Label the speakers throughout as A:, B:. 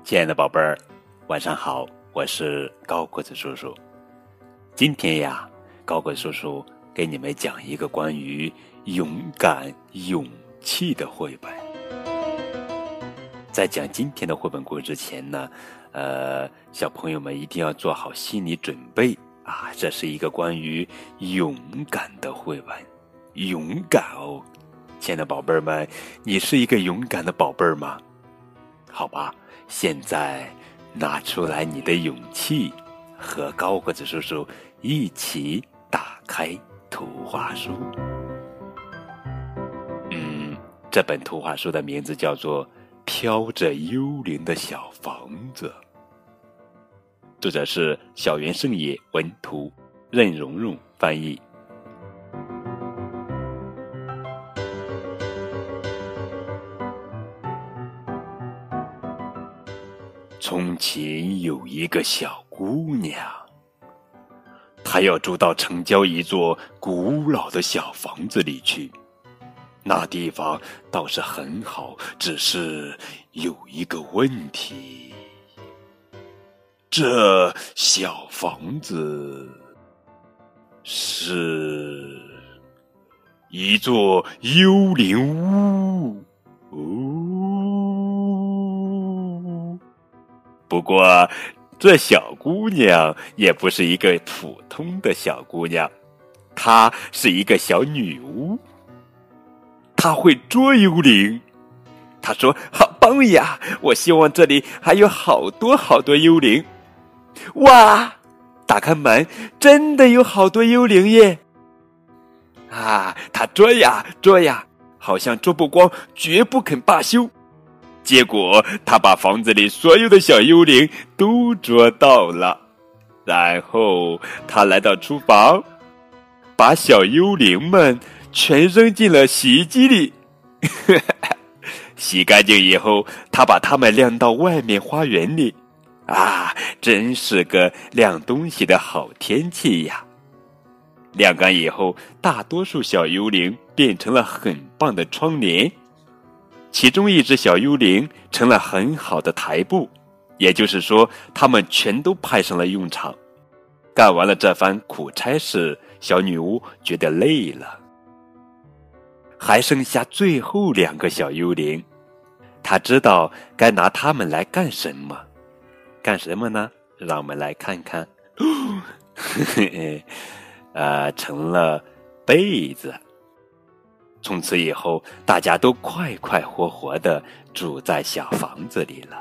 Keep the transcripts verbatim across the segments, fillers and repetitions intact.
A: 亲爱的宝贝儿，晚上好，我是高个子叔叔。今天呀，高个子叔叔给你们讲一个关于勇敢、勇气的绘本。在讲今天的绘本故事之前呢，呃，小朋友们一定要做好心理准备啊！这是一个关于勇敢的绘本，勇敢哦！亲爱的宝贝儿们，你是一个勇敢的宝贝儿吗？好吧，现在拿出来你的勇气，和高个子叔叔一起打开图画书。嗯，这本图画书的名字叫做《飘着幽灵的小房子》，作者是小原胜也文图，任蓉蓉翻译。从前有一个小姑娘，她要住到城郊一座古老的小房子里去。那地方倒是很好，只是有一个问题，这小房子是一座幽灵屋。哦，不过这小姑娘也不是一个普通的小姑娘，她是一个小女巫。她会捉幽灵。她说：好棒呀，我希望这里还有好多好多幽灵。哇，打开门，真的有好多幽灵耶。啊，她捉呀捉呀，好像捉不光，绝不肯罢休。结果他把房子里所有的小幽灵都捉到了，然后他来到厨房，把小幽灵们全扔进了洗衣机里。洗干净以后，他把它们晾到外面花园里。啊，真是个晾东西的好天气呀！晾干以后，大多数小幽灵变成了很棒的窗帘。其中一只小幽灵成了很好的台布，也就是说，它们全都派上了用场。干完了这番苦差事，小女巫觉得累了，还剩下最后两个小幽灵。她知道该拿它们来干什么。干什么呢？让我们来看看。呃，成了被子。从此以后，大家都快快活活地住在小房子里了。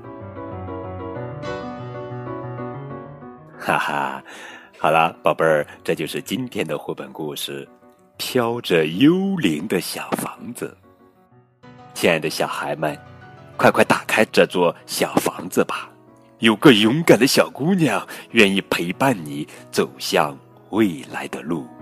A: 哈哈，好了，宝贝儿，这就是今天的绘本故事《飘着幽灵的小房子》。亲爱的小孩们，快快打开这座小房子吧，有个勇敢的小姑娘愿意陪伴你走向未来的路。